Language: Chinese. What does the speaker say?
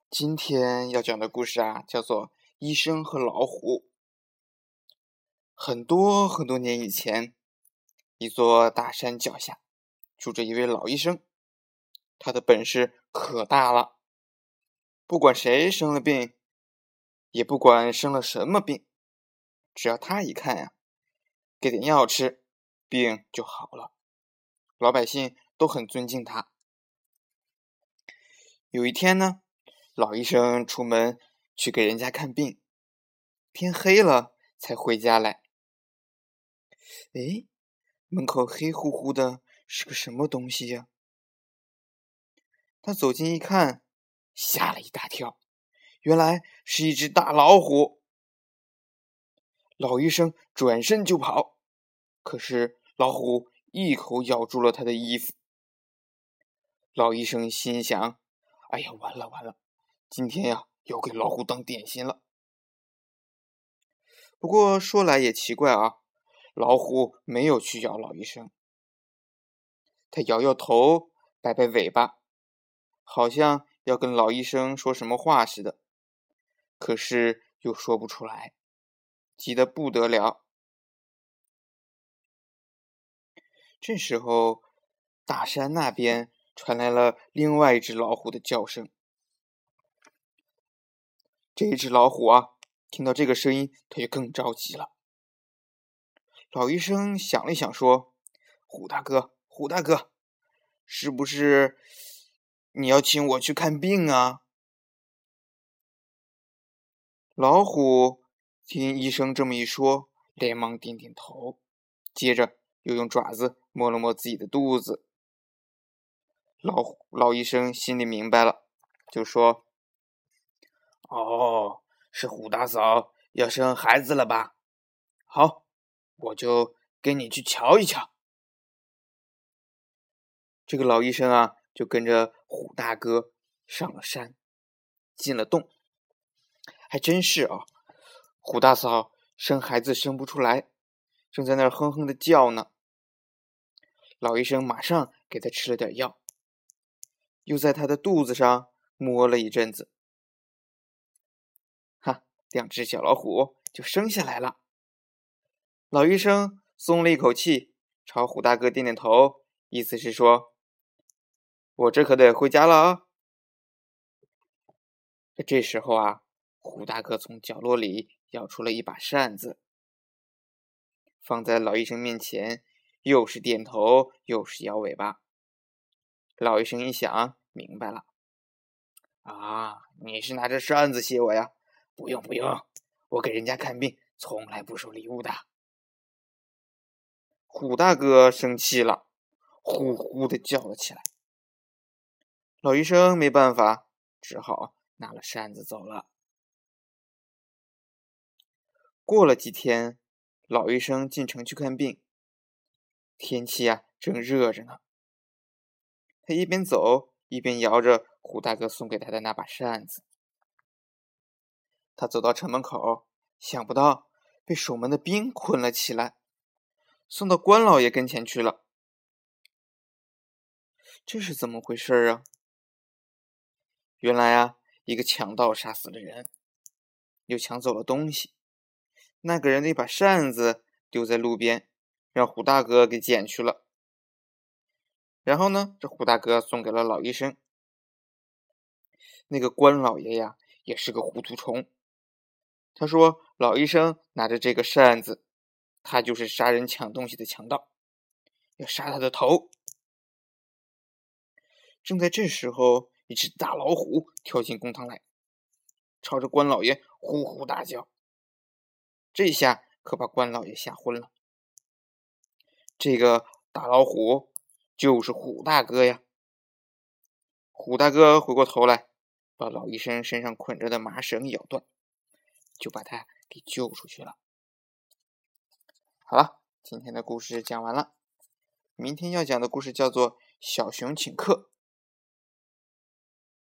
今天要讲的故事啊，叫做《医生和老虎》。很多很多年以前，一座大山脚下，住着一位老医生。他的本事可大了，不管谁生了病，也不管生了什么病，只要他一看呀，给点药吃，病就好了。老百姓都很尊敬他。有一天呢，老医生出门去给人家看病，天黑了才回家来。诶，门口黑乎乎的，是个什么东西呀？他走近一看，吓了一大跳，原来是一只大老虎。老医生转身就跑，可是老虎一口咬住了他的衣服。老医生心想：哎呀，完了完了，今天呀，要给老虎当点心了。不过说来也奇怪啊，老虎没有去咬老医生，他摇摇头，摆摆尾巴，好像要跟老医生说什么话似的，可是又说不出来，急得不得了。这时候，大山那边传来了另外一只老虎的叫声。这一只老虎啊，听到这个声音，他就更着急了。老医生想了想说：虎大哥，虎大哥，是不是你要请我去看病啊？老虎听医生这么一说，连忙点点头，接着又用爪子摸了摸自己的肚子。老医生心里明白了，就说：哦，是虎大嫂要生孩子了吧？好，我就跟你去瞧一瞧。这个老医生啊，就跟着虎大哥上了山，进了洞。还真是啊，虎大嫂生孩子生不出来，正在那儿哼哼的叫呢。老医生马上给他吃了点药，又在他的肚子上摸了一阵子，哈，两只小老虎就生下来了。老医生松了一口气，朝虎大哥点点头，意思是说：我这可得回家了啊。这时候啊，虎大哥从角落里舀出了一把扇子，放在老医生面前，又是点头又是摇尾巴。老医生一想，明白了。啊，你是拿着扇子谢我呀？不用不用，我给人家看病从来不收礼物的。虎大哥生气了，呼呼的叫了起来。老医生没办法，只好拿了扇子走了。过了几天，老医生进城去看病，天气啊正热着呢。他一边走一边摇着虎大哥送给他的那把扇子。他走到城门口，想不到被守门的兵捆了起来，送到关老爷跟前去了。这是怎么回事啊？原来啊，一个强盗杀死了人，又抢走了东西。那个人那把扇子丢在路边，让虎大哥给捡去了。然后呢，这虎大哥送给了老医生。那个关老爷呀，也是个糊涂虫。他说老医生拿着这个扇子，他就是杀人抢东西的强盗，要杀他的头。正在这时候，一只大老虎跳进公堂来，朝着关老爷呼呼大叫。这下可把关老爷吓昏了。这个大老虎就是虎大哥呀。虎大哥回过头来，把老医生身上捆着的麻绳咬断，就把他给救出去了。好了，今天的故事讲完了。明天要讲的故事叫做《小熊请客》。